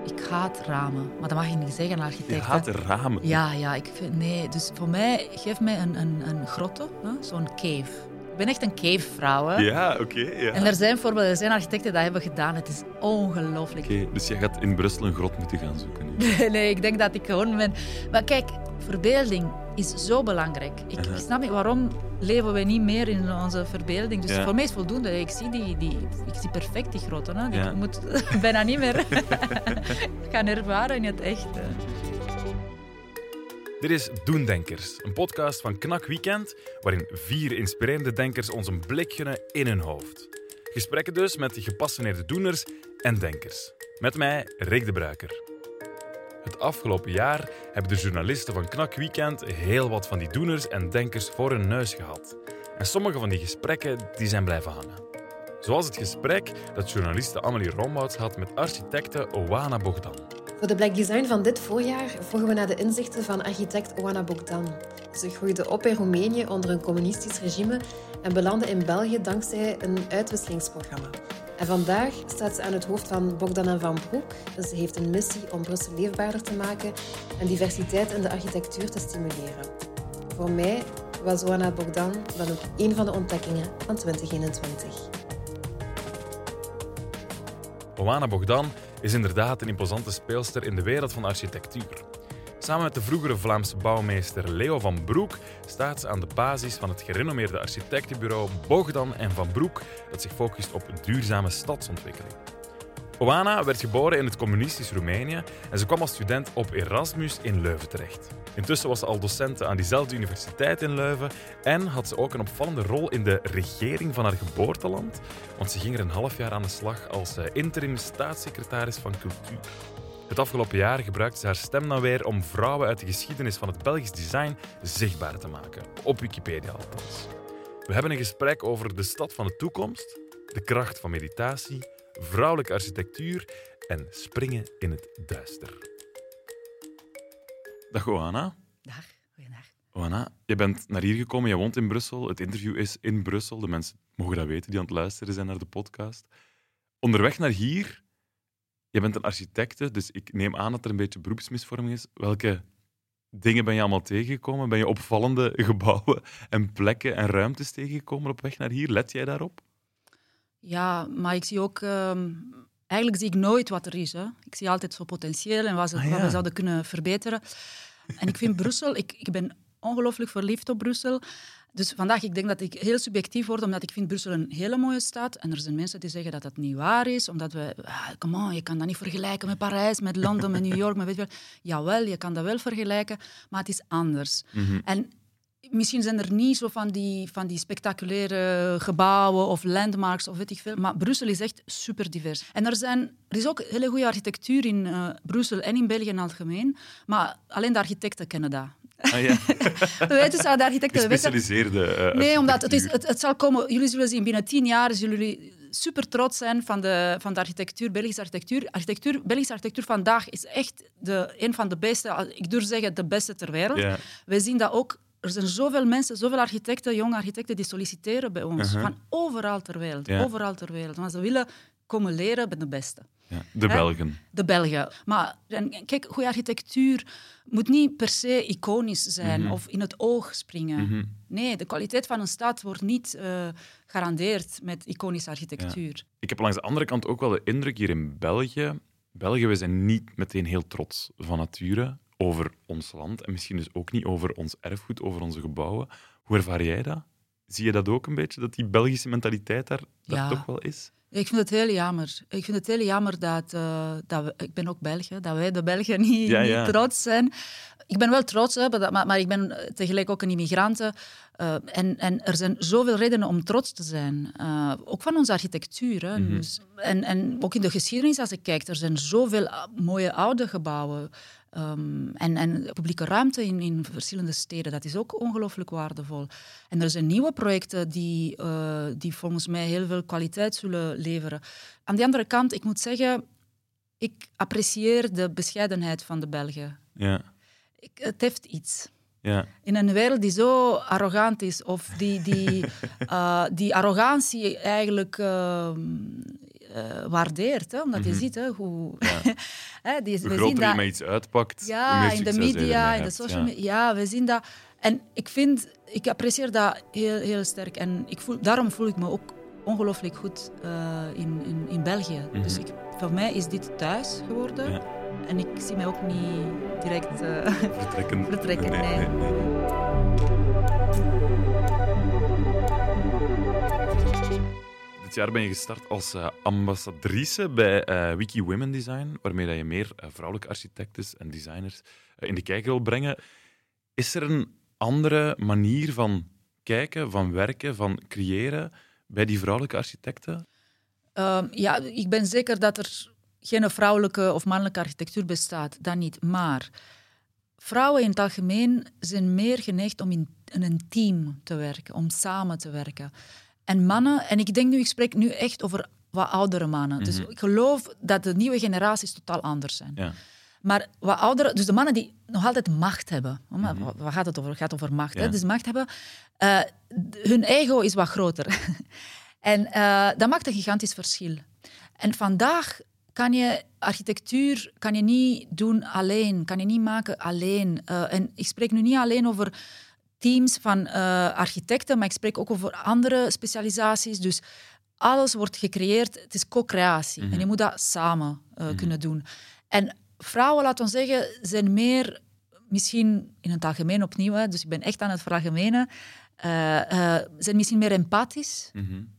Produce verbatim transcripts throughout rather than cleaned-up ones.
Ik haat ramen, maar dat mag je niet zeggen, architect. Je haat ramen? Ja, ja, ik vind, nee. Dus voor mij, geef mij een, een, een grotto, hè? Zo'n cave. Ik ben echt een cave-vrouw. Hè? Ja, oké. Okay, ja. En er zijn voorbeelden, er zijn architecten die dat hebben gedaan. Het is ongelooflijk. Oké, okay, dus jij gaat in Brussel een grot moeten gaan zoeken nu. Nee, nee, ik denk dat ik gewoon ben... Maar kijk, verbeelding is zo belangrijk. Ik, uh-huh. ik snap niet waarom leven we niet meer in onze verbeelding. Dus ja. voor mij is het voldoende. Ik zie, die, die, ik zie perfect die grotten. Hè. Ja. Ik moet bijna niet meer gaan ervaren in het echt. Dit is Doendenkers, een podcast van Knak Weekend, waarin vier inspirerende denkers ons een blik gunnen in hun hoofd. Gesprekken dus met gepassioneerde doeners en denkers. Met mij, Rick de Bruiker. Het afgelopen jaar hebben de journalisten van Knak Weekend heel wat van die doeners en denkers voor hun neus gehad. En sommige van die gesprekken die zijn blijven hangen. Zoals het gesprek dat journaliste Amelie Rombouts had met architecte Oana Bogdan. Voor de Black Design van dit voorjaar volgen we naar de inzichten van architect Oana Bogdan. Ze groeide op in Roemenië onder een communistisch regime en belandde in België dankzij een uitwisselingsprogramma. En vandaag staat ze aan het hoofd van Bogdan en Van Broek. Ze heeft een missie om Brussel leefbaarder te maken en diversiteit in de architectuur te stimuleren. Voor mij was Oana Bogdan dan ook een van de ontdekkingen van twintig eenentwintig. Oana Bogdan is inderdaad een imposante speelster in de wereld van de architectuur. Samen met de vroegere Vlaamse bouwmeester Leo van Broek staat ze aan de basis van het gerenommeerde architectenbureau Bogdan en Van Broek, dat zich focust op duurzame stadsontwikkeling. Oana werd geboren in het communistisch Roemenië en ze kwam als student op Erasmus in Leuven terecht. Intussen was ze al docent aan diezelfde universiteit in Leuven en had ze ook een opvallende rol in de regering van haar geboorteland, want ze ging er een half jaar aan de slag als interim staatssecretaris van cultuur. Het afgelopen jaar gebruikte ze haar stem dan weer om vrouwen uit de geschiedenis van het Belgisch design zichtbaar te maken, op Wikipedia althans. We hebben een gesprek over de stad van de toekomst, de kracht van meditatie, vrouwelijke architectuur en springen in het duister. Dag Oana. Dag, goeiedag. Oana, je bent naar hier gekomen, je woont in Brussel, het interview is in Brussel, de mensen mogen dat weten die aan het luisteren zijn naar de podcast. Onderweg naar hier, je bent een architecte, dus ik neem aan dat er een beetje beroepsmisvorming is. Welke dingen ben je allemaal tegengekomen? Ben je opvallende gebouwen en plekken en ruimtes tegengekomen op weg naar hier? Let jij daarop? Ja, maar ik zie ook... Um, eigenlijk zie ik nooit wat er is. Hè. Ik zie altijd zo potentieel en wat, ze, ah, ja. wat we zouden kunnen verbeteren. En ik vind Brussel... Ik, ik ben ongelooflijk verliefd op Brussel. Dus vandaag, ik denk dat ik heel subjectief word, omdat ik vind Brussel een hele mooie stad. En er zijn mensen die zeggen dat dat niet waar is, omdat we... Ah, come on, je kan dat niet vergelijken met Parijs, met Londen, met New York, met weet je wel. Jawel, je kan dat wel vergelijken, maar het is anders. Mm-hmm. En misschien zijn er niet zo van die, van die spectaculaire gebouwen of landmarks of weet ik veel, maar Brussel is echt super divers. En er, zijn, er is ook hele goede architectuur in uh, Brussel en in België in het algemeen, maar alleen de architecten kennen dat. Ah, ja. We weten zo, de architecten... Gespecialiseerde uh, Nee, omdat het, is, het, het zal komen... Jullie zullen zien, binnen tien jaar zullen jullie super trots zijn van de, van de architectuur, Belgische architectuur. architectuur. Belgische architectuur vandaag is echt de, een van de beste, ik durf zeggen, de beste ter wereld. Yeah. Wij zien dat ook... Er zijn zoveel mensen, zoveel architecten, jonge architecten, die solliciteren bij ons. Uh-huh. Van overal ter wereld. Yeah. Overal ter wereld. Want ze willen komen leren bij de beste. Ja, de Belgen. He? De Belgen. Maar en, kijk, goede architectuur moet niet per se iconisch zijn mm-hmm. of in het oog springen. Mm-hmm. Nee, de kwaliteit van een stad wordt niet uh, gegarandeerd met iconische architectuur. Ja. Ik heb langs de andere kant ook wel de indruk hier in België... België, we zijn niet meteen heel trots van nature over ons land en misschien dus ook niet over ons erfgoed, over onze gebouwen. Hoe ervaar jij dat? Zie je dat ook een beetje, dat die Belgische mentaliteit daar ja. toch wel is? Ik vind het heel jammer. Ik vind het heel jammer dat, uh, dat we, ik ben ook Belg, hè, dat wij de Belgen niet, ja, ja. niet trots zijn. Ik ben wel trots, hè, maar, maar ik ben tegelijk ook een immigrante. Uh, en, en er zijn zoveel redenen om trots te zijn. Uh, ook van onze architectuur. Hè. Mm-hmm. Dus, en, en ook in de geschiedenis, als ik kijk, er zijn zoveel mooie oude gebouwen. Um, en, en publieke ruimte in, in verschillende steden, dat is ook ongelooflijk waardevol. En er zijn nieuwe projecten die, uh, die volgens mij heel veel kwaliteit zullen leveren. Aan de andere kant, ik moet zeggen, ik apprecieer de bescheidenheid van de Belgen. Ja. Ik, het heeft iets. Ja. In een wereld die zo arrogant is, of die, die, uh, die arrogantie eigenlijk uh, uh, waardeert. Hè? Omdat mm-hmm. je ziet hè, hoe... Ja. hè, die, hoe groter dat... je met iets uitpakt, ja, hoe meer in de succes media, je in de social ja. media. Ja, we zien dat. En ik vind, ik apprecieer dat heel, heel sterk. En ik voel, daarom voel ik me ook ongelooflijk goed uh, in, in, in België. Mm-hmm. Dus ik, voor mij is dit thuis geworden. Ja. En ik zie mij ook niet direct uh, vertrekken. vertrekken nee, nee. Nee, nee. Dit jaar ben je gestart als uh, ambassadrice bij uh, Wiki Women Design, waarmee dat je meer uh, vrouwelijke architectes en designers uh, in de kijker wil brengen. Is er een andere manier van kijken, van werken, van creëren bij die vrouwelijke architecten? Uh, ja, ik ben zeker dat er geen vrouwelijke of mannelijke architectuur bestaat. Dat niet. Maar vrouwen in het algemeen zijn meer geneigd om in, in een team te werken, om samen te werken. En mannen, en ik denk nu, ik spreek nu echt over wat oudere mannen. Mm-hmm. Dus ik geloof dat de nieuwe generaties totaal anders zijn. Ja. Maar wat oudere, dus de mannen die nog altijd macht hebben. Mm-hmm. Wat gaat het over? Het gaat over macht. Ja. Hè? Dus macht hebben. Uh, hun ego is wat groter. En uh, dat maakt een gigantisch verschil. En vandaag kan je architectuur kan je niet doen alleen, kan je niet maken alleen. Uh, en ik spreek nu niet alleen over teams van uh, architecten, maar ik spreek ook over andere specialisaties. Dus alles wordt gecreëerd, het is co-creatie. Mm-hmm. En je moet dat samen uh, mm-hmm. kunnen doen. En vrouwen, laten we zeggen, zijn meer, misschien in het algemeen opnieuw, hè, dus ik ben echt aan het veralgemenen, uh, uh, zijn misschien meer empathisch. Mm-hmm.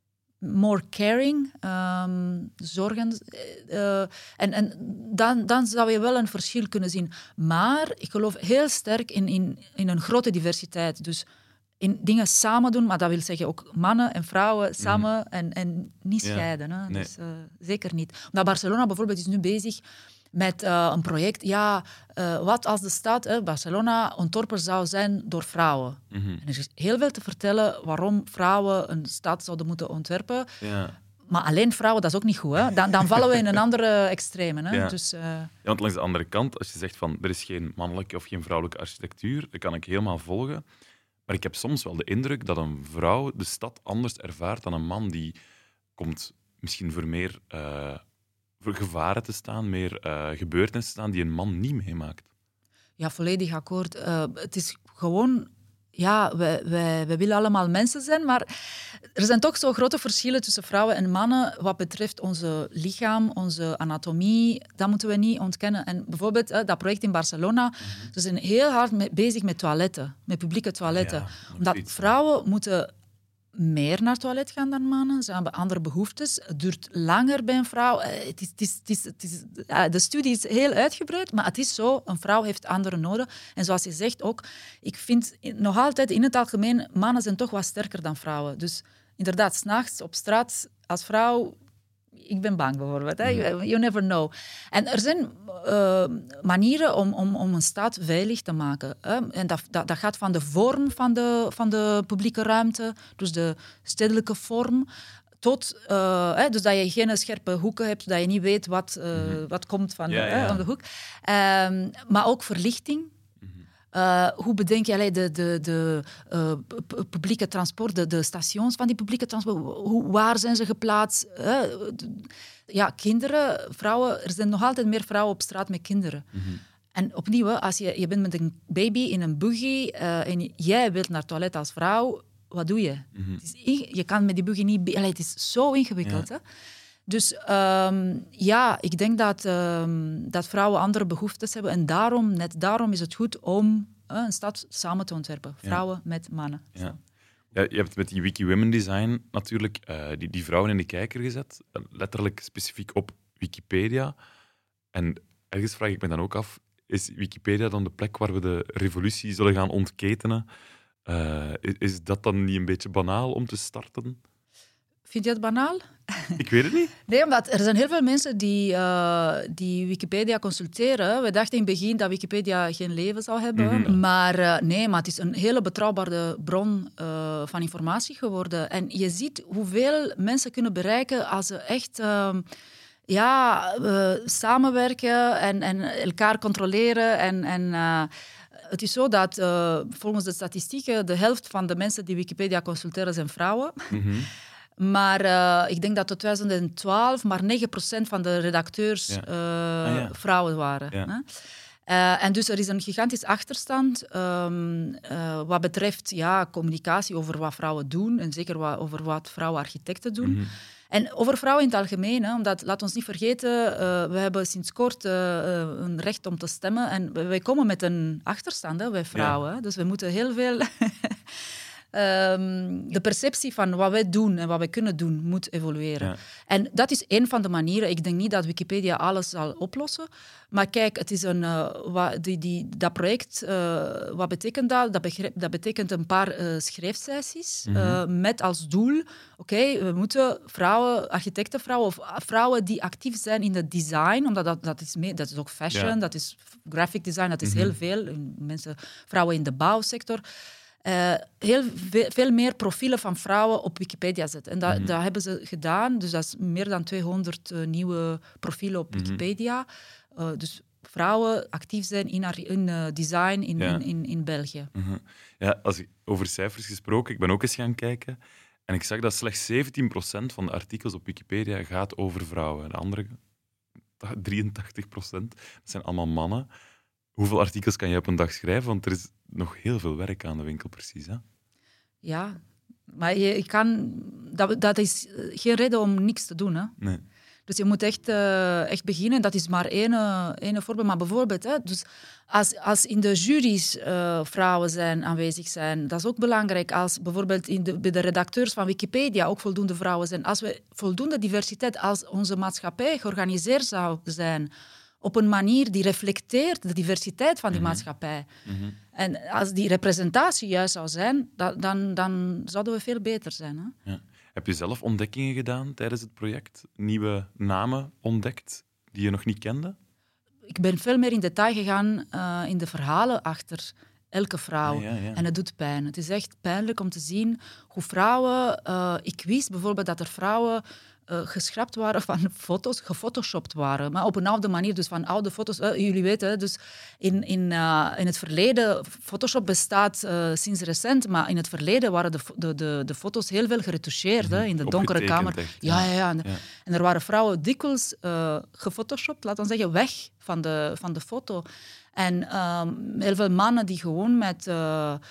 More caring, um, zorgen. Uh, en en dan, dan zou je wel een verschil kunnen zien. Maar ik geloof heel sterk in, in, in een grote diversiteit. Dus in dingen samen doen, maar dat wil zeggen ook mannen en vrouwen samen mm-hmm. en, en niet scheiden. Ja, hè? Nee. Dus, uh, zeker niet. Omdat Barcelona bijvoorbeeld is nu bezig met uh, een project. Ja, uh, wat als de stad, uh, Barcelona, ontworpen zou zijn door vrouwen. Mm-hmm. En er is heel veel te vertellen waarom vrouwen een stad zouden moeten ontwerpen. Ja. Maar alleen vrouwen, dat is ook niet goed. Hè? Dan, dan vallen we in een andere extreme. Hè? Ja. Dus, uh... ja, want langs de andere kant, als je zegt van er is geen mannelijke of geen vrouwelijke architectuur, dat kan ik helemaal volgen. Maar ik heb soms wel de indruk dat een vrouw de stad anders ervaart dan een man. Die komt misschien voor meer... Uh, voor gevaren te staan, meer uh, gebeurtenissen te staan die een man niet meemaakt. Ja, volledig akkoord. Uh, het is gewoon... Ja, wij, wij, wij willen allemaal mensen zijn, maar er zijn toch zo grote verschillen tussen vrouwen en mannen wat betreft onze lichaam, onze anatomie. Dat moeten we niet ontkennen. En bijvoorbeeld uh, dat project in Barcelona, mm-hmm. ze zijn heel hard mee bezig met toiletten, met publieke toiletten. Ja, omdat vrouwen moeten... meer naar het toilet gaan dan mannen. Ze hebben andere behoeftes. Het duurt langer bij een vrouw. Het is, het is, het is, het is, de studie is heel uitgebreid, maar het is zo. Een vrouw heeft andere noden. En zoals je zegt ook, ik vind nog altijd in het algemeen, mannen zijn toch wat sterker dan vrouwen. Dus inderdaad, 's nachts op straat als vrouw... Ik ben bang bijvoorbeeld. Hè? You never know. En er zijn uh, manieren om, om, om een stad veilig te maken. Hè? En dat, dat, dat gaat van de vorm van de, van de publieke ruimte, dus de stedelijke vorm, tot uh, hè, dus dat je geen scherpe hoeken hebt, dat je niet weet wat, uh, mm-hmm. wat komt van, ja, hè, ja. van de hoek. Um, maar ook verlichting. Uh, hoe bedenk je allee, de, de, de uh, p- publieke transport, de, de stations van die publieke transport? Hoe, waar zijn ze geplaatst? Uh, ja, kinderen, vrouwen, er zijn nog altijd meer vrouwen op straat met kinderen. Mm-hmm. En opnieuw, als je, je bent met een baby in een buggy uh, en jij wilt naar het toilet als vrouw, wat doe je? Mm-hmm. Het is in, je kan met die buggy niet... Allee, het is zo ingewikkeld, ja. Hè? Dus um, ja, ik denk dat, um, dat vrouwen andere behoeftes hebben. En daarom, net daarom is het goed om uh, een stad samen te ontwerpen. Vrouwen ja. met mannen. Ja. Ja, je hebt met die Wiki Women Design natuurlijk uh, die, die vrouwen in de kijker gezet. Letterlijk specifiek op Wikipedia. En ergens vraag ik me dan ook af, is Wikipedia dan de plek waar we de revolutie zullen gaan ontketenen? Uh, is, is dat dan niet een beetje banaal om te starten? Vind je het banaal? Ik weet het niet. Nee, omdat er zijn heel veel mensen die, uh, die Wikipedia consulteren. We dachten in het begin dat Wikipedia geen leven zou hebben. Mm-hmm. Maar uh, nee, maar het is een hele betrouwbare bron uh, van informatie geworden. En je ziet hoeveel mensen kunnen bereiken als ze echt... Uh, ja, uh, samenwerken en, en elkaar controleren. En, en, uh, het is zo dat uh, volgens de statistieken de helft van de mensen die Wikipedia consulteren zijn vrouwen. Mm-hmm. Maar uh, ik denk dat tot twintig twaalf maar negen procent van de redacteurs ja. Uh, ah, ja. vrouwen waren. Ja. Hè? Uh, en dus er is een gigantisch achterstand um, uh, wat betreft ja, communicatie over wat vrouwen doen en zeker wat, over wat vrouwenarchitecten doen. Mm-hmm. En over vrouwen in het algemeen, hè, omdat, laat ons niet vergeten, uh, we hebben sinds kort uh, een recht om te stemmen en wij komen met een achterstand, hè, wij vrouwen. Ja. Dus we moeten heel veel... Um, de perceptie van wat wij doen en wat wij kunnen doen moet evolueren. Ja. En dat is één van de manieren. Ik denk niet dat Wikipedia alles zal oplossen. Maar kijk, het is een, uh, wat, die, die, dat project, uh, wat betekent dat? Dat, begrijp, dat betekent een paar uh, schrijfsessies mm-hmm. uh, met als doel, oké, okay, we moeten vrouwen, architectenvrouwen of vrouwen die actief zijn in het design, omdat dat, dat, is, mee, dat is ook fashion, ja. dat is graphic design, dat is mm-hmm. heel veel. Mensen, vrouwen in de bouwsector. Uh, heel veel, veel meer profielen van vrouwen op Wikipedia zetten. En dat, mm-hmm. dat hebben ze gedaan. Dus dat is meer dan tweehonderd uh, nieuwe profielen op Wikipedia. Uh, dus vrouwen actief zijn in, in uh, design in, ja. in, in, in België. Mm-hmm. Ja, als ik, over cijfers gesproken, ik ben ook eens gaan kijken. En ik zag dat slechts zeventien procent van de artikels op Wikipedia gaat over vrouwen. De andere drieëntachtig procent, dat zijn allemaal mannen. Hoeveel artikels kan je op een dag schrijven? Want er is nog heel veel werk aan de winkel, precies. Hè? Ja, maar je, je kan, dat, dat is geen reden om niks te doen. Hè? Nee. Dus je moet echt, uh, echt beginnen. Dat is maar één, één voorbeeld. Maar bijvoorbeeld, hè, dus als, als in de juries uh, vrouwen zijn, aanwezig zijn, dat is ook belangrijk. Als bijvoorbeeld in de, bij de redacteurs van Wikipedia ook voldoende vrouwen zijn. Als we voldoende diversiteit, als onze maatschappij georganiseerd zou zijn op een manier die reflecteert de diversiteit van die mm-hmm. maatschappij. Mm-hmm. En als die representatie juist zou zijn, da- dan, dan zouden we veel beter zijn. Hè? Ja. Heb je zelf ontdekkingen gedaan tijdens het project? Nieuwe namen ontdekt die je nog niet kende? Ik ben veel meer in detail gegaan uh, in de verhalen achter elke vrouw. Ja, ja, ja. En het doet pijn. Het is echt pijnlijk om te zien hoe vrouwen... Uh, ik wist bijvoorbeeld dat er vrouwen... Uh, geschrapt waren van foto's, gefotoshopt waren. Maar op een oude manier, dus van oude foto's. Uh, jullie weten, dus in, in, uh, in het verleden... Photoshop bestaat uh, sinds recent, maar in het verleden waren de, de, de, de foto's heel veel geretoucheerd, mm-hmm. hè, in de donkere kamer. Echt, ja, ja, ja. En, ja. en er waren vrouwen dikwijls uh, gefotoshopt, laten we zeggen, weg van de, van de foto. En um, heel veel mannen die gewoon met uh,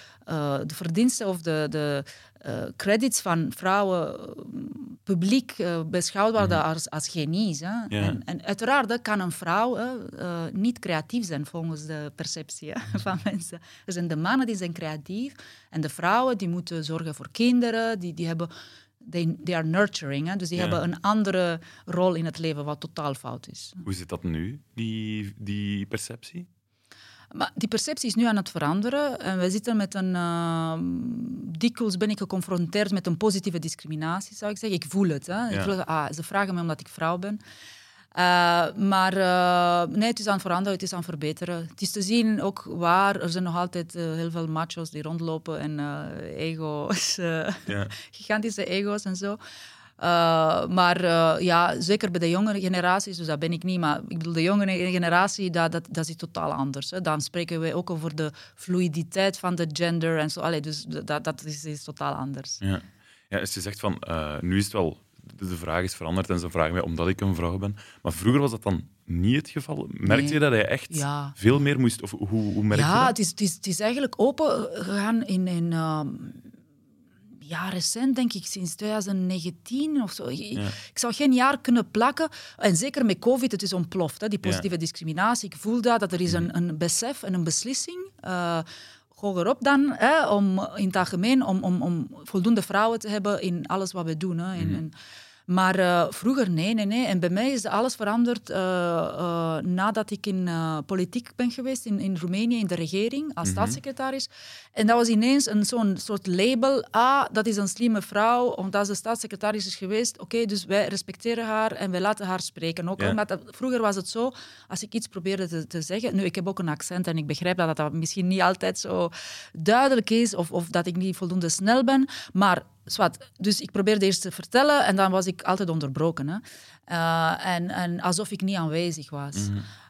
uh, de verdiensten of de, de uh, credits van vrouwen uh, publiek uh, beschouwd worden mm-hmm. als, als genies. Hè? Ja. En, en uiteraard kan een vrouw hè, uh, niet creatief zijn volgens de perceptie hè, van mensen. Er zijn de mannen die zijn creatief en de vrouwen die moeten zorgen voor kinderen, die, die hebben... They, they are nurturing, hè? Dus die ja. hebben een andere rol in het leven, wat totaal fout is. Hoe zit dat nu, die, die perceptie? Maar die perceptie is nu aan het veranderen. En wij zitten met een... Uh, dikwijls ben ik geconfronteerd met een positieve discriminatie, zou ik zeggen. Ik voel het. Hè? Ja. Ik voel, ah, ze vragen me omdat ik vrouw ben. Uh, maar uh, nee, het is aan het veranderen, het is aan het verbeteren. Het is te zien ook waar. Er zijn nog altijd uh, heel veel macho's die rondlopen en uh, ego's, uh, ja. gigantische ego's en zo. Uh, maar uh, ja, zeker bij de jongere generaties, dus dat ben ik niet, maar ik bedoel, de jongere generatie, dat, dat, dat is totaal anders. Hè. Dan spreken we ook over de fluiditeit van de gender en zo. Allee, dus dat, dat is, is totaal anders. Ja, ja als je zegt van, uh, nu is het wel... De vraag is veranderd en ze vragen mij omdat ik een vrouw ben. Maar vroeger was dat dan niet het geval. Merkte nee. je dat je echt ja. veel meer moest? Of hoe, hoe merk ja, je dat? Het is, het, is, het is eigenlijk open gegaan in... in uh, ja, recent, denk ik, sinds twintig negentien of zo. Ja. Ik zou geen jaar kunnen plakken. En zeker met COVID, het is ontploft, hè, die positieve ja. discriminatie. Ik voel dat, dat er is een, een besef en een beslissing... Uh, hogerop dan, hè, om, in het algemeen, om, om, om voldoende vrouwen te hebben in alles wat we doen. Hè. En, en, maar uh, vroeger, nee, nee, nee. En bij mij is alles veranderd uh, uh, nadat ik in uh, politiek ben geweest, in, in Roemenië, in de regering, als mm-hmm. staatssecretaris. En dat was ineens een zo'n soort label. Ah, dat is een slimme vrouw, omdat ze staatssecretaris is geweest. Oké, okay, dus wij respecteren haar en wij laten haar spreken. Ook, ja. omdat dat, vroeger was het zo, als ik iets probeerde te, te zeggen... Nu, ik heb ook een accent en ik begrijp dat dat misschien niet altijd zo duidelijk is, of, of dat ik niet voldoende snel ben, maar... Zwat. Dus ik probeerde eerst te vertellen en dan was ik altijd onderbroken. Hè. Uh, en, en alsof ik niet aanwezig was. Mm-hmm.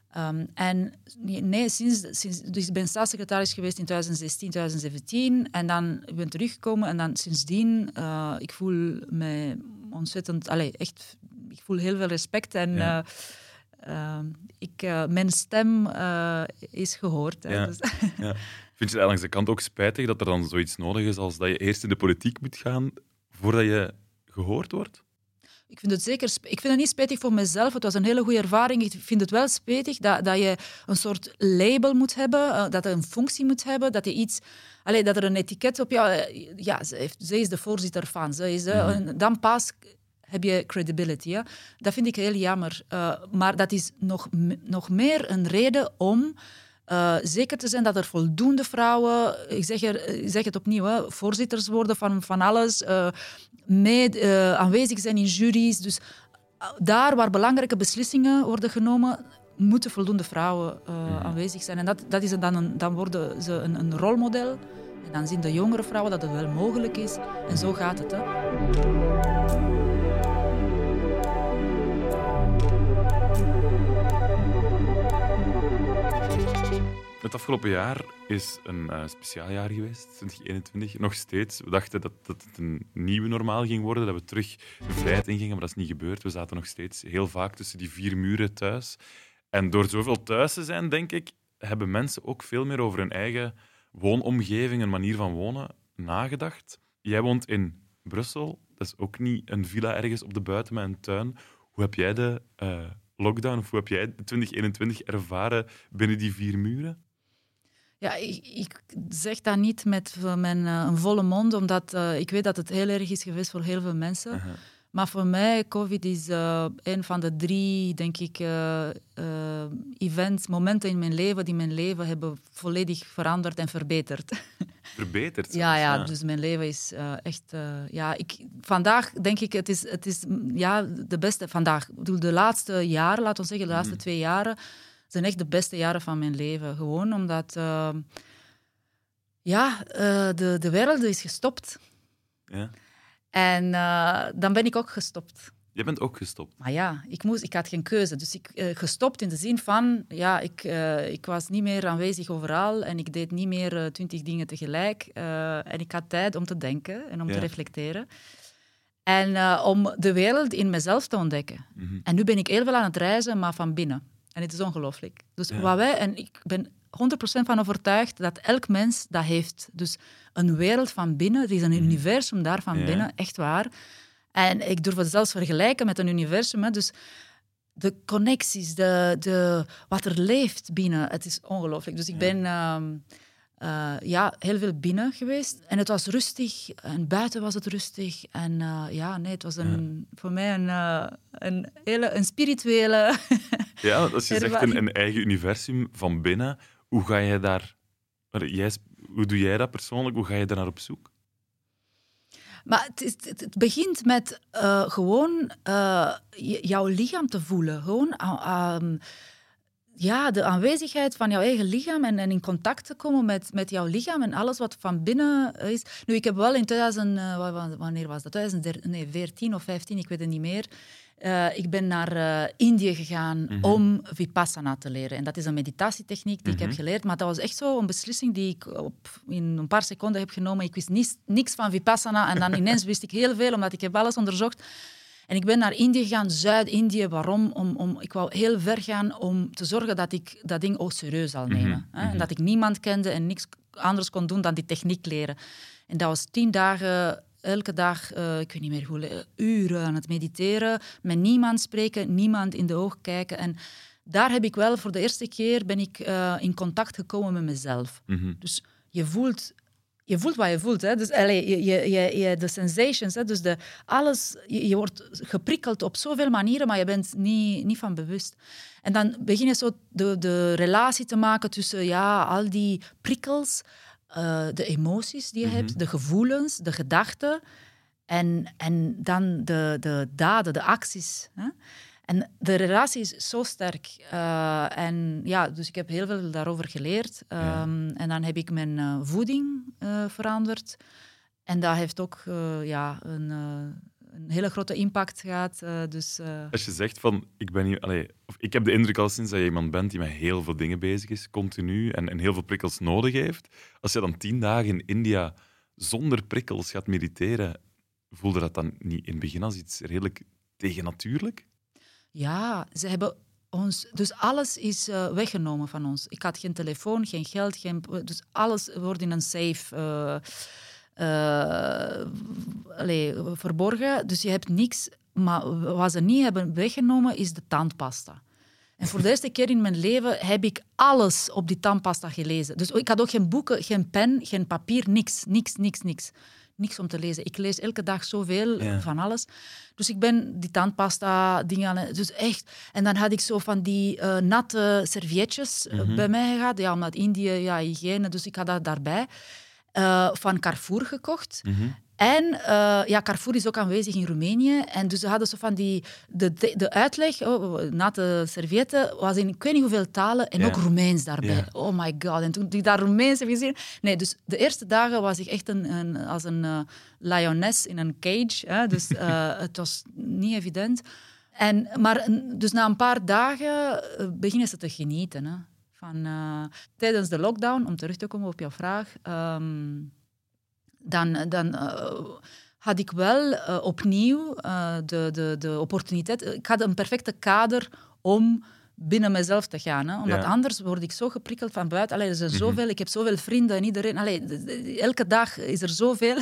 Um, en nee, sinds, sinds, dus ik ben staatssecretaris geweest in twintig zestien, twintig zeventien en dan ben ik teruggekomen en dan sindsdien, uh, ik voel me ontzettend, allez, echt, ik voel heel veel respect en ja. uh, uh, ik, uh, mijn stem uh, is gehoord. Hè, ja. Dus. Ja. Vind je het langs de kant ook spijtig dat er dan zoiets nodig is als dat je eerst in de politiek moet gaan voordat je gehoord wordt? Ik vind het zeker sp- ik vind het niet spijtig voor mezelf. Het was een hele goede ervaring. Ik vind het wel spijtig dat, dat je een soort label moet hebben, uh, dat er een functie moet hebben, dat je iets, allee, dat er een etiket op jou. Uh, ja, ze, heeft, ze is de voorzitter van. Ze is, uh, mm-hmm. Dan pas heb je credibility. Hè? Dat vind ik heel jammer. Uh, maar dat is nog, m- nog meer een reden om Uh, zeker te zijn dat er voldoende vrouwen, ik zeg, er, ik zeg het opnieuw, hè, voorzitters worden van, van alles, uh, mee, uh, aanwezig zijn in juries. Dus uh, daar waar belangrijke beslissingen worden genomen, moeten voldoende vrouwen uh, mm. aanwezig zijn. En dat, dat is dan, een, dan worden ze een, een rolmodel. En dan zien de jongere vrouwen dat het wel mogelijk is. En zo gaat het. Hè. Het afgelopen jaar is een uh, speciaal jaar geweest, twintig eenentwintig. Nog steeds. We dachten dat, dat het een nieuwe normaal ging worden, dat we terug de vrijheid ingingen, maar dat is niet gebeurd. We zaten nog steeds heel vaak tussen die vier muren thuis. En door zoveel thuis te zijn, denk ik, hebben mensen ook veel meer over hun eigen woonomgeving en manier van wonen nagedacht. Jij woont in Brussel. Dat is ook niet een villa ergens op de buiten met een tuin. Hoe heb jij de uh, lockdown, of hoe heb jij twintig eenentwintig ervaren binnen die vier muren? Ja, ik, ik zeg dat niet met mijn uh, een volle mond, omdat uh, ik weet dat het heel erg is geweest voor heel veel mensen. Uh-huh. Maar voor mij, COVID is uh, een van de drie, denk ik, uh, uh, events, momenten in mijn leven die mijn leven hebben volledig veranderd en verbeterd. Verbeterd? Ja, ja, ja, dus mijn leven is uh, echt... Uh, ja, ik, vandaag denk ik, het is, het is ja, de beste... Vandaag, ik bedoel, de laatste jaren, laten we zeggen, de laatste mm. twee jaren, zijn echt de beste jaren van mijn leven. Gewoon omdat... Uh, ja, uh, de, de wereld is gestopt. Ja. En uh, dan ben ik ook gestopt. Je bent ook gestopt? Maar ja, ik, moest, ik had geen keuze. Dus ik uh, gestopt in de zin van... Ja, ik, uh, ik was niet meer aanwezig overal en ik deed niet meer twintig uh, dingen tegelijk. Uh, en ik had tijd om te denken en om ja. te reflecteren. En uh, om de wereld in mezelf te ontdekken. Mm-hmm. En nu ben ik heel veel aan het reizen, maar van binnen. En het is ongelooflijk. Dus ja. wat wij... En ik ben honderd procent van overtuigd dat elk mens dat heeft. Dus een wereld van binnen, er is een universum daar van ja. binnen, echt waar. En ik durf het zelfs vergelijken met een universum. Hè. Dus de connecties, de, de, wat er leeft binnen, het is ongelooflijk. Dus ik ben uh, uh, ja, heel veel binnen geweest. En het was rustig. En buiten was het rustig. En uh, ja, nee, het was een, ja. voor mij een, uh, een, hele, een spirituele... Ja, als je zegt een, een eigen universum van binnen, hoe ga je daar... Jij, hoe doe jij dat persoonlijk? Hoe ga je daar naar op zoek? Maar het, is, het, het begint met uh, gewoon uh, jouw lichaam te voelen. Gewoon uh, um, ja, de aanwezigheid van jouw eigen lichaam en, en in contact te komen met, met jouw lichaam en alles wat van binnen is. Nu, ik heb wel in tweeduizend, uh, wanneer was dat? tweeduizend veertien of vijftien, ik weet het niet meer. Uh, ik ben naar uh, Indië gegaan mm-hmm. om Vipassana te leren. En dat is een meditatietechniek die mm-hmm. ik heb geleerd. Maar dat was echt zo een beslissing die ik op, in een paar seconden heb genomen. Ik wist niets, niks van Vipassana en dan ineens wist ik heel veel, omdat ik heb alles onderzocht. En ik ben naar Indië gegaan, Zuid-Indië. Waarom? Om, om, ik wou heel ver gaan om te zorgen dat ik dat ding ook serieus zal nemen. Mm-hmm. Hè? En dat ik niemand kende en niks anders kon doen dan die techniek leren. En dat was tien dagen... Elke dag, uh, ik weet niet meer hoe, uren aan het mediteren, met niemand spreken, niemand in de ogen kijken. En daar heb ik wel, voor de eerste keer ben ik uh, in contact gekomen met mezelf. Mm-hmm. Dus je voelt, je voelt wat je voelt. Hè? Dus, allez, je, je, je, de sensations, hè? Dus de, alles, je, je wordt geprikkeld op zoveel manieren, maar je bent niet, niet van bewust. En dan begin je zo de, de relatie te maken tussen ja, al die prikkels... Uh, de emoties die je mm-hmm. hebt, de gevoelens, de gedachten en, en dan de, de daden, de acties. Hè? En de relatie is zo sterk. Uh, en ja, dus ik heb heel veel daarover geleerd. Um, ja. En dan heb ik mijn uh, voeding uh, veranderd. En dat heeft ook uh, ja, een, uh, een hele grote impact gehad. Uh, dus, uh... Als je zegt van, ik ben hier, allez, of ik heb de indruk al sinds dat je iemand bent die met heel veel dingen bezig is, continu, en, en heel veel prikkels nodig heeft. Als je dan tien dagen in India zonder prikkels gaat mediteren, voelde dat dan niet in het begin als iets redelijk tegennatuurlijk? Ja, ze hebben ons... Dus alles is uh, weggenomen van ons. Ik had geen telefoon, geen geld, geen... Dus alles wordt in een safe... Uh, uh, allez, verborgen. Dus je hebt niks... Maar wat ze niet hebben weggenomen, is de tandpasta. En voor de eerste keer in mijn leven heb ik alles op die tandpasta gelezen. Dus ik had ook geen boeken, geen pen, geen papier, niks, niks, niks, niks. Niks om te lezen. Ik lees elke dag zoveel ja. van alles. Dus ik ben die tandpasta dingen... Dus echt... En dan had ik zo van die uh, natte servietjes mm-hmm. bij mij gehad. Ja, omdat Indië, ja, hygiëne. Dus ik had dat daarbij. Uh, van Carrefour gekocht. Mm-hmm. En uh, ja, Carrefour is ook aanwezig in Roemenië. En dus ze hadden zo van die... De, de, de uitleg, oh, natte servietten, was in ik weet niet hoeveel talen. En ja. ook Roemeens daarbij. Ja. Oh my god. En toen ik daar Roemeens heb gezien... Nee, dus de eerste dagen was ik echt een, een, als een uh, lioness in een cage. Hè? Dus uh, het was niet evident. En, maar dus na een paar dagen uh, beginnen ze te genieten. Hè? Van, uh, tijdens de lockdown, om terug te komen op jouw vraag... Um, dan, dan uh, had ik wel uh, opnieuw uh, de, de, de opportuniteit... Ik had een perfecte kader om binnen mezelf te gaan. Hè? Omdat ja. anders word ik zo geprikkeld van buiten. Allee, er zijn mm-hmm. zoveel, ik heb zoveel vrienden en iedereen... Allee, de, de, elke dag is er zoveel.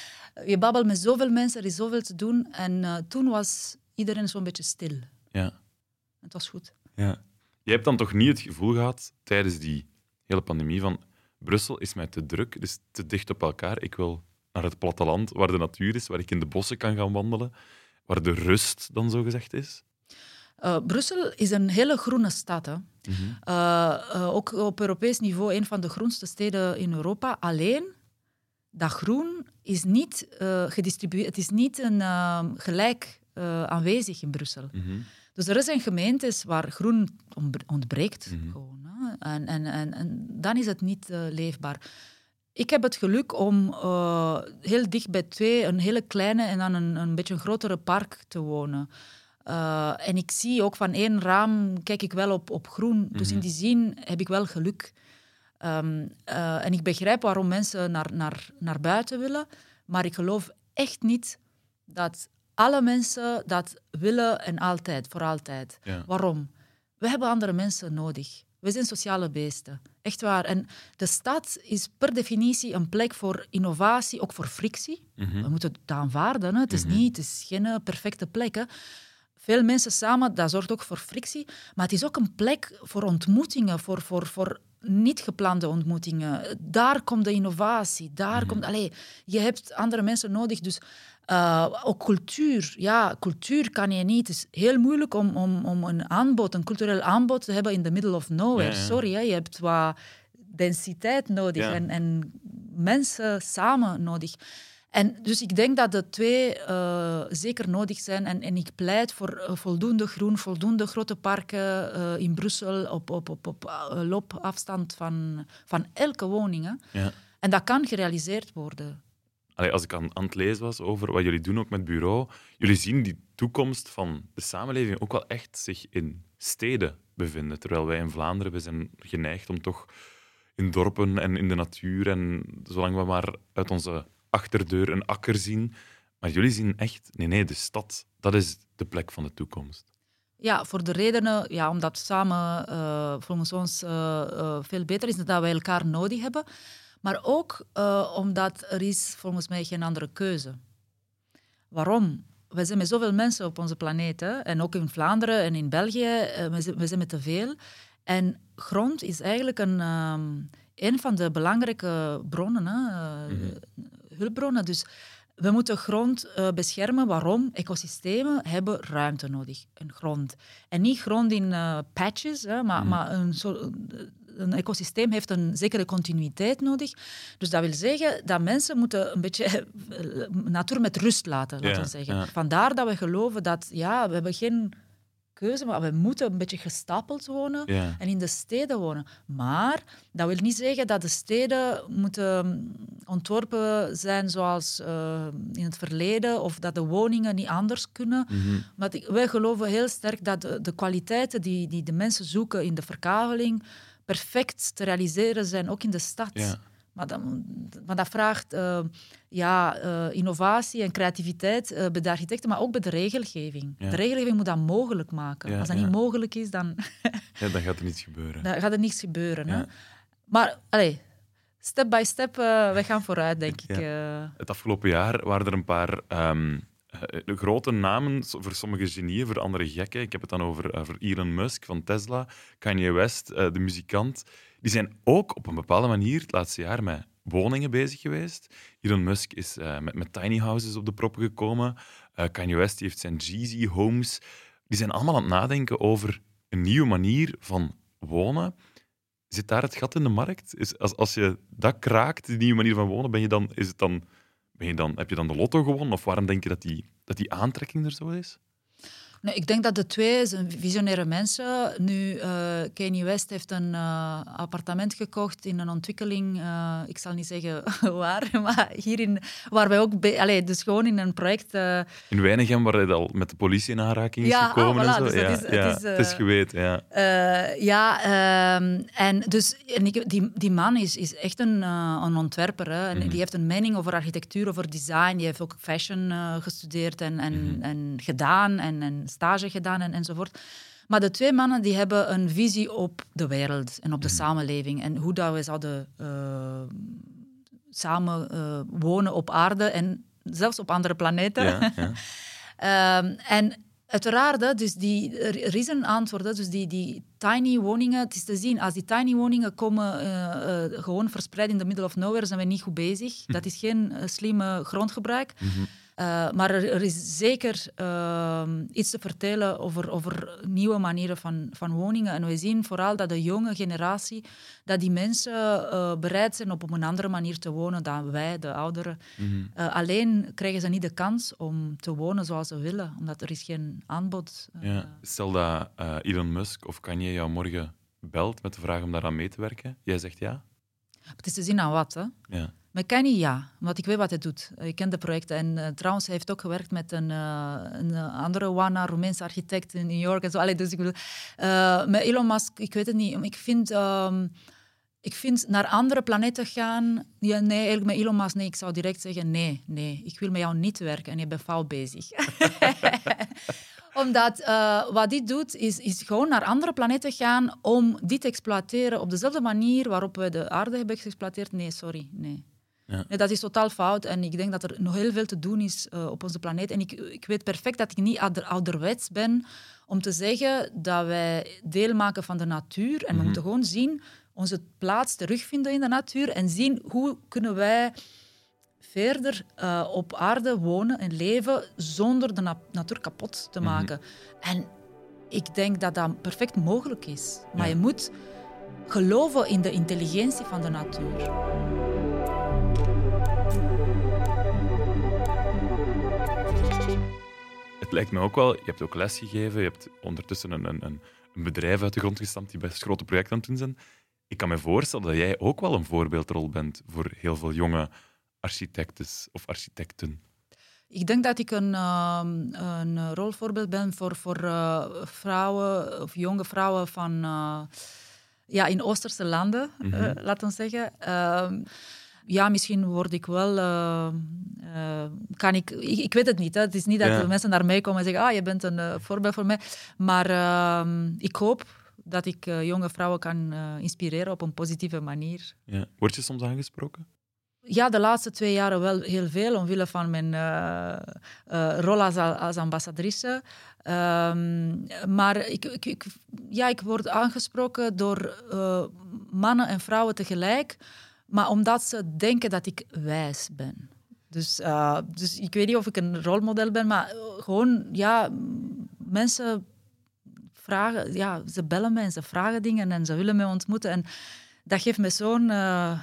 Je babbelt met zoveel mensen, er is zoveel te doen. En uh, toen was iedereen zo'n beetje stil. Ja. Het was goed. Ja. Je hebt dan toch niet het gevoel gehad, tijdens die hele pandemie, van... Brussel is mij te druk, dus te dicht op elkaar. Ik wil naar het platteland, waar de natuur is, waar ik in de bossen kan gaan wandelen, waar de rust dan zogezegd is. Uh, Brussel is een hele groene stad. Hè. Mm-hmm. Uh, uh, ook op Europees niveau een van de groenste steden in Europa. Alleen, dat groen is niet uh, gedistribueerd. Het is niet een, uh, gelijk uh, aanwezig in Brussel. Mm-hmm. Dus er zijn gemeentes waar groen ontbreekt. Mm-hmm. Gewoon, hè. En, en, en, en dan is het niet uh, leefbaar. Ik heb het geluk om uh, heel dicht bij twee, een hele kleine en dan een, een beetje een grotere park te wonen. Uh, en ik zie ook van één raam, kijk ik wel op, op groen. Mm-hmm. Dus in die zin heb ik wel geluk. Um, uh, en ik begrijp waarom mensen naar, naar, naar buiten willen. Maar ik geloof echt niet dat... Alle mensen dat willen en altijd, voor altijd. Ja. Waarom? We hebben andere mensen nodig. We zijn sociale beesten. Echt waar. En de stad is per definitie een plek voor innovatie, ook voor frictie. Mm-hmm. We moeten het aanvaarden. Hè. Het is mm-hmm. niet, het is geen perfecte plek. Hè. Veel mensen samen, dat zorgt ook voor frictie. Maar het is ook een plek voor ontmoetingen, voor... voor, voor niet geplande ontmoetingen. Daar komt de innovatie. Daar mm-hmm. komt... Allez, je hebt andere mensen nodig, dus... Uh, ook cultuur. Ja, cultuur kan je niet. Het is heel moeilijk om, om, om een aanbod, een cultureel aanbod te hebben in the middle of nowhere. Ja, ja. Sorry, hè, je hebt wat densiteit nodig ja. en, en mensen samen nodig. En dus ik denk dat de twee uh, zeker nodig zijn. En, en ik pleit voor uh, voldoende groen, voldoende grote parken uh, in Brussel op, op, op, op uh, loopafstand van, van elke woning. Hè. Ja. En dat kan gerealiseerd worden. Allee, als ik aan, aan het lezen was over wat jullie doen ook met het bureau, jullie zien die toekomst van de samenleving ook wel echt zich in steden bevinden. Terwijl wij in Vlaanderen, we zijn geneigd om toch in dorpen en in de natuur en zolang we maar uit onze achterdeur een akker zien. Maar jullie zien echt, nee, nee, de stad, dat is de plek van de toekomst. Ja, voor de redenen, ja, omdat samen uh, volgens ons uh, uh, veel beter is dat wij elkaar nodig hebben. Maar ook uh, omdat er is volgens mij geen andere keuze. Waarom? We zijn met zoveel mensen op onze planeet. Hè? En ook in Vlaanderen en in België. Uh, we, zijn, we zijn met te veel. En grond is eigenlijk een, um, een van de belangrijke bronnen. Hè? Uh, mm-hmm. Hulpbronnen. Dus we moeten grond uh, beschermen. Waarom? Ecosystemen hebben ruimte nodig. Een grond. En niet grond in uh, patches, hè? maar, mm-hmm. maar een soort... Een ecosysteem heeft een zekere continuïteit nodig. Dus dat wil zeggen dat mensen moeten een beetje natuur met rust laten, laten we ja, zeggen. Ja. Vandaar dat we geloven dat ja, we hebben geen keuze, maar we moeten een beetje gestapeld wonen Ja. en in de steden wonen. Maar dat wil niet zeggen dat de steden moeten ontworpen zijn zoals uh, in het verleden of dat de woningen niet anders kunnen. Mm-hmm. Maar ik, wij geloven heel sterk dat de, de kwaliteiten die, die de mensen zoeken in de verkaveling perfect te realiseren zijn, ook in de stad. Ja. Maar, dat, maar dat vraagt uh, ja, uh, innovatie en creativiteit uh, bij de architecten, maar ook bij de regelgeving. Ja. De regelgeving moet dat mogelijk maken. Ja, Als dat ja. niet mogelijk is, dan, ja, dan gaat er niets gebeuren. dan gaat er niets gebeuren. Ja. Hè? Maar allez, step by step, uh, we gaan vooruit, denk Ja. ik. Uh. Het afgelopen jaar waren er een paar um, uh, grote namen, voor sommige genieën, voor andere gekken. Ik heb het dan over, over Elon Musk van Tesla, Kanye West, uh, de muzikant. Die zijn ook op een bepaalde manier het laatste jaar met woningen bezig geweest. Elon Musk is uh, met, met tiny houses op de proppen gekomen. Uh, Kanye West die heeft zijn Jeezy homes. Die zijn allemaal aan het nadenken over een nieuwe manier van wonen. Zit daar het gat in de markt? Is, als, als je dat kraakt, die nieuwe manier van wonen, ben je dan, is het dan, ben je dan, heb je dan de lotto gewonnen? Of waarom denk je dat die, dat die aantrekking er zo is? Nee, ik denk dat de twee zijn visionaire mensen. Nu, uh, Kanye West heeft een uh, appartement gekocht in een ontwikkeling, uh, ik zal niet zeggen waar, maar hierin, waar wij ook... Be- Allee, dus gewoon in een project... Uh... In Weinigem, waar hij al met de politie in aanraking is ja, gekomen ah, voilà, en zo. dus ja, het is, ja, het is, uh, het is geweten, ja. Uh, ja, um, en dus en ik, die, die man is, is echt een, uh, een ontwerper. Hè, en Mm-hmm. die heeft een mening over architectuur, over design. Die heeft ook fashion uh, gestudeerd en, en, Mm-hmm. en gedaan en, en stage gedaan en, enzovoort. Maar de twee mannen die hebben een visie op de wereld en op de mm-hmm. samenleving en hoe dat we zouden uh, samen uh, wonen op aarde en zelfs op andere planeten. Ja, ja. um, en uiteraard, dus die, er is een antwoord. Dus die, die tiny woningen, het is te zien, als die tiny woningen komen uh, uh, gewoon verspreid in the middle of nowhere, zijn we niet goed bezig. Dat is geen uh, slimme grondgebruik. Mm-hmm. Uh, maar er, er is zeker uh, iets te vertellen over, over nieuwe manieren van, van woningen. En we zien vooral dat de jonge generatie, dat die mensen uh, bereid zijn op een andere manier te wonen dan wij, de ouderen. Mm-hmm. Uh, alleen krijgen ze niet de kans om te wonen zoals ze willen, omdat er is geen aanbod. Uh, ja. Stel dat uh, Elon Musk of Kanye jou morgen belt met de vraag om daaraan mee te werken. Jij zegt ja? Het is te zien aan wat, hè? Ja. Met Kanye ja, want ik weet wat hij doet. Ik ken de projecten. En uh, trouwens, hij heeft ook gewerkt met een, uh, een andere Wana, Roemeense architect in New York. En zo. Allee, dus ik bedoel, uh, met Elon Musk, ik weet het niet. Ik vind, um, ik vind naar andere planeten gaan... Ja, nee, eigenlijk met Elon Musk, nee. Ik zou direct zeggen, nee, nee. Ik wil met jou niet werken en je bent fout bezig. Omdat uh, wat dit doet, is, is gewoon naar andere planeten gaan om die te exploiteren op dezelfde manier waarop we de aarde hebben geëxploiteerd. Nee, sorry, nee. Ja. Nee, dat is totaal fout en ik denk dat er nog heel veel te doen is uh, op onze planeet. En ik, ik weet perfect dat ik niet ouder, ouderwets ben om te zeggen dat wij deel maken van de natuur. En Mm-hmm. we moeten gewoon zien, onze plaats terugvinden in de natuur en zien hoe kunnen wij verder uh, op aarde wonen en leven zonder de na- natuur kapot te maken. Mm-hmm. En ik denk dat dat perfect mogelijk is. Maar ja. je moet geloven in de intelligentie van de natuur. Het lijkt me ook wel, je hebt ook les gegeven, je hebt ondertussen een, een, een bedrijf uit de grond gestampt die best grote projecten aan het doen zijn. Ik kan me voorstellen dat jij ook wel een voorbeeldrol bent voor heel veel jonge architectes of architecten. Ik denk dat ik een, uh, een rolvoorbeeld ben voor, voor uh, vrouwen of jonge vrouwen van, uh, ja, in Oosterse landen, mm-hmm. uh, laten we zeggen. Uh, ja, misschien word ik wel... Uh, uh, kan ik, ik... Ik weet het niet. Hè. Het is niet dat ja. mensen naar mij komen en zeggen ah, je bent een uh, voorbeeld voor mij. Maar uh, ik hoop dat ik uh, jonge vrouwen kan uh, inspireren op een positieve manier. Ja. Word je soms aangesproken? Ja, de laatste twee jaren wel heel veel, omwille van mijn uh, uh, rol als, als ambassadrice. Um, maar ik, ik, ik, ja, ik word aangesproken door uh, mannen en vrouwen tegelijk, maar omdat ze denken dat ik wijs ben. Dus, uh, dus ik weet niet of ik een rolmodel ben, maar uh, gewoon, ja, mensen vragen, ja, ze bellen mij en ze vragen dingen en ze willen mij ontmoeten. En dat geeft me zo'n uh,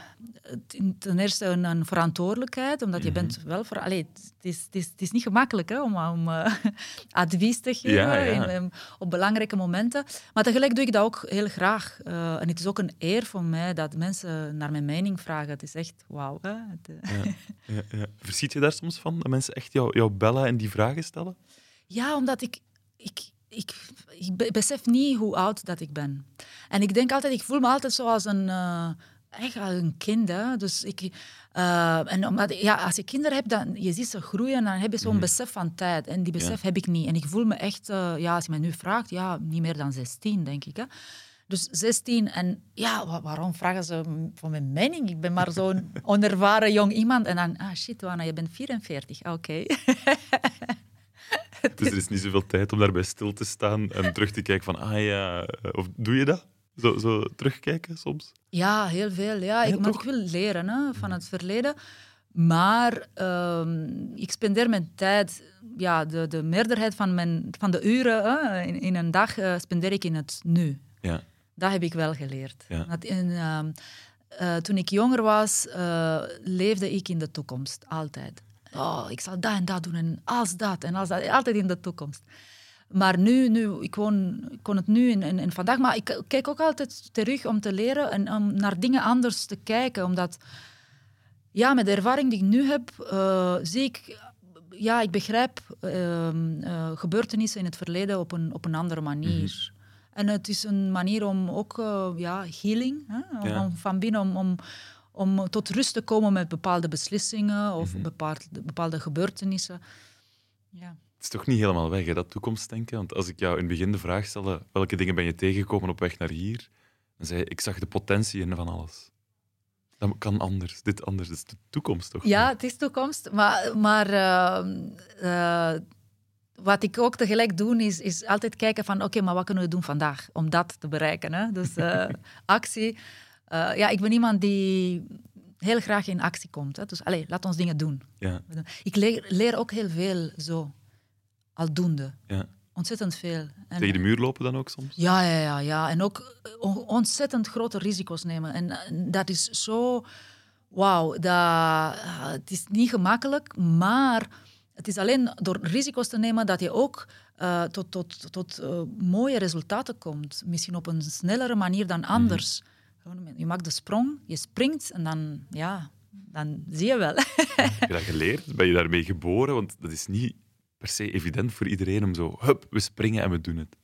ten eerste een, een verantwoordelijkheid, omdat je Mm-hmm. bent wel... Ver... Allee, het, is, het, is, het is niet gemakkelijk hè, om, om uh, advies te geven Ja, ja. in, um, op belangrijke momenten. Maar tegelijk doe ik dat ook heel graag. Uh, en het is ook een eer voor mij dat mensen naar mijn mening vragen. Het is echt wauw. Hè? Het, uh... ja, ja, ja. Verschiet je daar soms van, dat mensen echt jou, jou bellen en die vragen stellen? Ja, omdat ik... ik Ik, ik besef niet hoe oud dat ik ben. En ik denk altijd, ik voel me altijd zoals een, uh, echt als een kind. Hè? Dus ik, uh, en omdat, ja, als je kinderen hebt, dan je ziet ze groeien, dan heb je zo'n mm-hmm. besef van tijd. En die besef ja. heb ik niet. En ik voel me echt, uh, ja, als je me nu vraagt, ja, niet meer dan zestien, denk ik. Hè? Dus zestien. En ja, waarom vragen ze voor mijn mening? Ik ben maar zo'n onervaren jong iemand. En dan, ah shit, Oana, je bent vierenveertig. Oké. Okay. Dus er is niet zoveel tijd om daarbij stil te staan en terug te kijken van, ah ja, of doe je dat? Zo, zo terugkijken soms? Ja, heel veel. Ja. Ja, ik, want ik wil leren hè, van het verleden. Maar um, ik spendeer mijn tijd, ja, de, de meerderheid van, mijn, van de uren hè, in, in een dag uh, spendeer ik in het nu. Ja. Dat heb ik wel geleerd. Ja. Dat in, uh, uh, toen ik jonger was, uh, leefde ik in de toekomst, altijd. Oh, ik zal dat en dat doen en als dat en als dat. Altijd in de toekomst. Maar nu, nu ik, woon, ik kon het nu en, en, en vandaag, maar ik kijk ook altijd terug om te leren en om naar dingen anders te kijken. Omdat, ja, met de ervaring die ik nu heb, uh, zie ik, ja, ik begrijp uh, uh, gebeurtenissen in het verleden op een, op een andere manier. Mm-hmm. En het is een manier om ook, uh, ja, healing, hè? Om, ja. om van binnen, om... om om tot rust te komen met bepaalde beslissingen of mm-hmm. bepaalde, bepaalde gebeurtenissen. Ja. Het is toch niet helemaal weg, hè, dat toekomstdenken? Want als ik jou in het begin de vraag stelde, welke dingen ben je tegengekomen op weg naar hier? Dan zei je, ik zag de potentie in van alles. Dat kan anders, dit anders. Dat is de toekomst, toch? Ja, het is toekomst. Maar, maar uh, uh, wat ik ook tegelijk doe, is, is altijd kijken van, oké, okay, maar wat kunnen we doen vandaag om dat te bereiken? Hè? Dus uh, actie... Uh, ja, ik ben iemand die heel graag in actie komt. Hè. Dus allez, laat ons dingen doen. Ja. Ik leer, leer ook heel veel zo, aldoende. Ja. Ontzettend veel. En, tegen de muur lopen dan ook soms? Ja, ja, ja, ja. En ook ontzettend grote risico's nemen. En, en dat is zo... Wauw, dat, uh, het is niet gemakkelijk, maar het is alleen door risico's te nemen dat je ook uh, tot, tot, tot uh, mooie resultaten komt. Misschien op een snellere manier dan anders. Mm-hmm. Je maakt de sprong, je springt en dan, ja, dan zie je wel. Heb je dat geleerd? Ben je daarmee geboren? Want dat is niet per se evident voor iedereen om zo, hup, we springen en we doen het.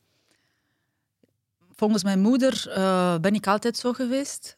Volgens mijn moeder uh, ben ik altijd zo geweest.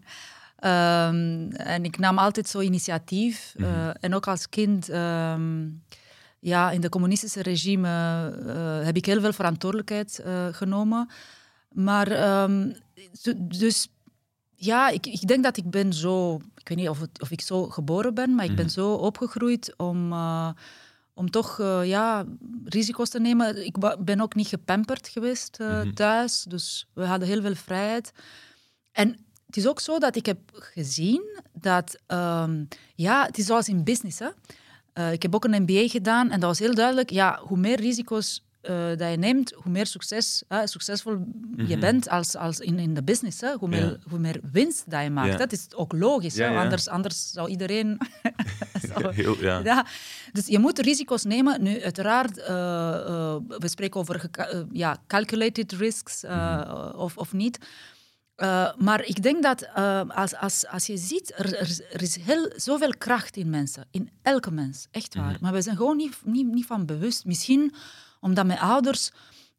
um, en ik nam altijd zo initiatief. Uh, mm-hmm. En ook als kind, um, ja, in de communistische regime uh, heb ik heel veel verantwoordelijkheid uh, genomen. Maar, um, dus... Ja, ik, ik denk dat ik ben zo... Ik weet niet of, het, of ik zo geboren ben, maar ik ben zo opgegroeid om, uh, om toch uh, ja, risico's te nemen. Ik ben ook niet gepamperd geweest uh, mm-hmm. thuis, dus we hadden heel veel vrijheid. En het is ook zo dat ik heb gezien dat... Um, ja, het is zoals in business, hè. Uh, ik heb ook een M B A gedaan en dat was heel duidelijk. Ja, hoe meer risico's Uh, dat je neemt, hoe meer succes, uh, succesvol mm-hmm. je bent als, als in, in de business. Hè? Hoe, meer, ja. hoe meer winst dat je maakt. Ja. Dat is ook logisch. Ja, hè? ja. Anders, anders zou iedereen... zou... Heel, ja. Ja. Dus je moet risico's nemen. Nu, uiteraard, uh, uh, we spreken over geka- uh, ja, calculated risks uh, mm-hmm. of, of niet. Uh, maar ik denk dat uh, als, als, als je ziet, er, er is heel, zoveel kracht in mensen. In elke mens, echt waar. Mm-hmm. Maar we zijn gewoon niet, niet, niet van bewust. Misschien... Omdat mijn ouders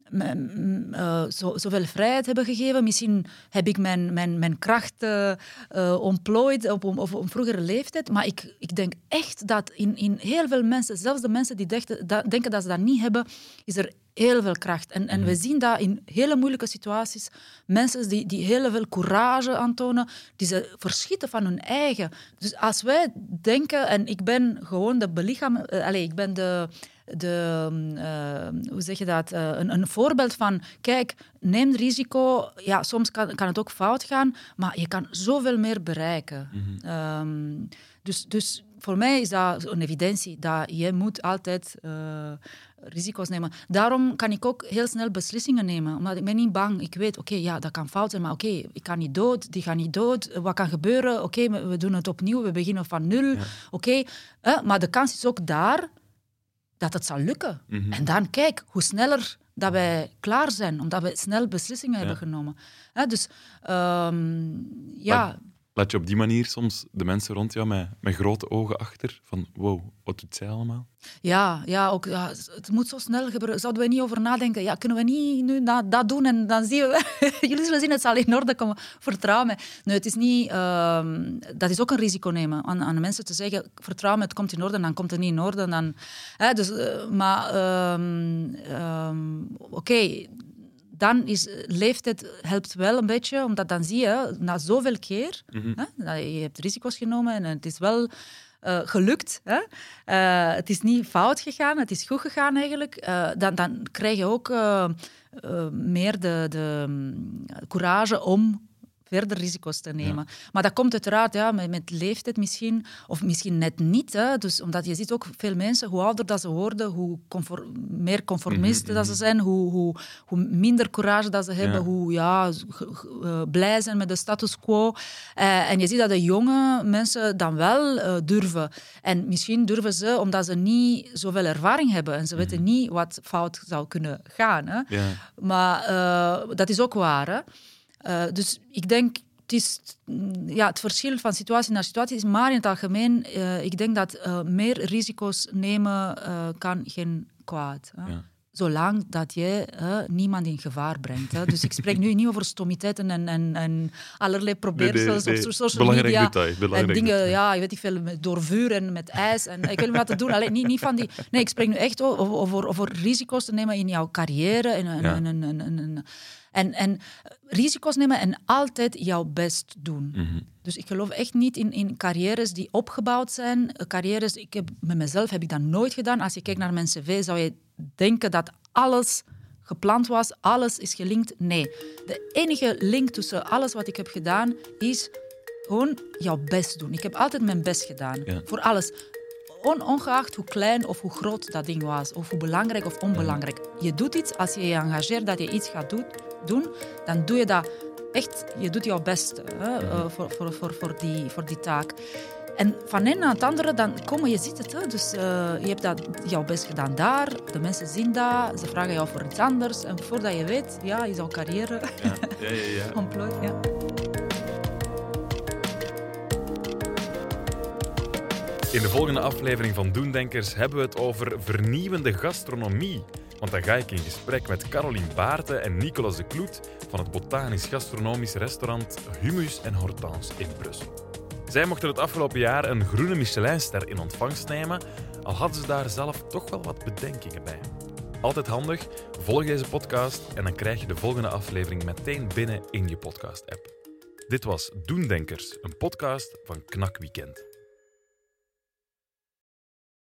uh, zo, zoveel vrijheid hebben gegeven. Misschien heb ik mijn, mijn, mijn kracht uh, uh, ontplooid op, op, op een vroegere leeftijd. Maar ik, ik denk echt dat in, in heel veel mensen, zelfs de mensen die dechten, dat, denken dat ze dat niet hebben, is er heel veel kracht. En, en we zien dat in hele moeilijke situaties. Mensen die, die heel veel courage aantonen, die ze verschieten van hun eigen. Dus als wij denken, en ik ben gewoon de belichaam... Uh, allez, ik ben de... De, uh, hoe zeg je dat? Uh, een, een voorbeeld van, kijk, neem risico. Ja, soms kan, kan het ook fout gaan, maar je kan zoveel meer bereiken. Mm-hmm. Um, dus, dus voor mij is dat een evidentie dat je moet altijd uh, risico's nemen. Daarom kan ik ook heel snel beslissingen nemen. Omdat ik ben niet bang. Ik weet, oké, okay, ja, dat kan fout zijn, maar oké, okay, ik kan niet dood, die gaan niet dood. Wat kan gebeuren? Oké, okay, we doen het opnieuw, we beginnen van nul. Ja. Oké, okay, eh, maar de kans is ook daar dat het zal lukken. Mm-hmm. En dan kijk, hoe sneller dat wij klaar zijn, omdat we snel beslissingen ja. hebben genomen. Eh, dus, um, ja... Maar... Laat je op die manier soms de mensen rond jou met, met grote ogen achter? Van, wow, wat doet zij allemaal? Ja, ja, ook, ja, het moet zo snel gebeuren. Zouden we niet over nadenken? Ja, kunnen we niet nu dat, dat doen en dan zien we... Jullie zullen zien, het zal in orde komen. Vertrouw me. Nee, het is niet... Uh, dat is ook een risico nemen. Aan, aan de mensen te zeggen, vertrouw me, het komt in orde, en dan komt het niet in orde. Dan, hè, dus, uh, maar, um, um, oké... Okay, dan is leeftijd helpt wel een beetje, omdat dan zie je, na zoveel keer, mm-hmm. hè, je hebt risico's genomen en het is wel uh, gelukt. Hè? Uh, het is niet fout gegaan, het is goed gegaan eigenlijk. Uh, dan, dan krijg je ook uh, uh, meer de, de um, courage om verder risico's te nemen. Ja. Maar dat komt uiteraard ja, met, met leeftijd misschien, of misschien net niet. Hè. Dus, omdat je ziet ook veel mensen, hoe ouder dat ze worden, hoe conform, meer conformisten mm-hmm. dat ze zijn, hoe, hoe, hoe minder courage dat ze hebben, ja. hoe ja, g- g- uh, blij zijn met de status quo. Uh, en je ziet dat de jonge mensen dan wel uh, durven. En misschien durven ze omdat ze niet zoveel ervaring hebben en ze mm-hmm. weten niet wat fout zou kunnen gaan. Hè. Ja. Maar uh, dat is ook waar, hè. Uh, dus ik denk, het, is, ja, het verschil van situatie naar situatie is maar in het algemeen. Uh, ik denk dat uh, meer risico's nemen uh, kan geen kwaad. Hè? Ja. Zolang dat je uh, niemand in gevaar brengt. Hè? Dus ik spreek nu niet over stommiteiten en, en, en allerlei probeersels nee, nee, nee. op social belangrijk media. Detail, belangrijk en dingen, detail. ja, je weet niet veel, door vuur en met ijs. En ik wil me laten doen. Allee, niet, niet van die... Nee, ik spreek nu echt over, over, over risico's te nemen in jouw carrière. En, en, ja. en, en, en, en, en, En, en risico's nemen en altijd jouw best doen. Mm-hmm. Dus ik geloof echt niet in, in carrières die opgebouwd zijn. Carrières, ik heb, met mezelf heb ik dat nooit gedaan. Als je kijkt naar mijn cv, zou je denken dat alles gepland was, alles is gelinkt. Nee. De enige link tussen alles wat ik heb gedaan is gewoon jouw best doen. Ik heb altijd mijn best gedaan. Ja. Voor alles. On, ongeacht hoe klein of hoe groot dat ding was, of hoe belangrijk of onbelangrijk. Je doet iets, als je je engageert dat je iets gaat doen, doen dan doe je dat echt, je doet jouw beste hè, uh, voor, voor, voor, voor, die, voor die taak. En van een naar het andere, dan komen je ziet het. Hè, dus uh, je hebt dat, jouw best gedaan daar, de mensen zien dat, ze vragen jou voor iets anders. En voordat je weet, ja, is jouw carrière ja. Ja, ja, ja. ontplooid. Ja. In de volgende aflevering van Doendenkers hebben we het over vernieuwende gastronomie. Want dan ga ik in gesprek met Carolien Baarten en Nicolas de Kloet van het botanisch gastronomisch restaurant Humus en Hortense in Brussel. Zij mochten het afgelopen jaar een groene Michelinster in ontvangst nemen, al hadden ze daar zelf toch wel wat bedenkingen bij. Altijd handig, volg deze podcast en dan krijg je de volgende aflevering meteen binnen in je podcast-app. Dit was Doendenkers, een podcast van Knak Weekend.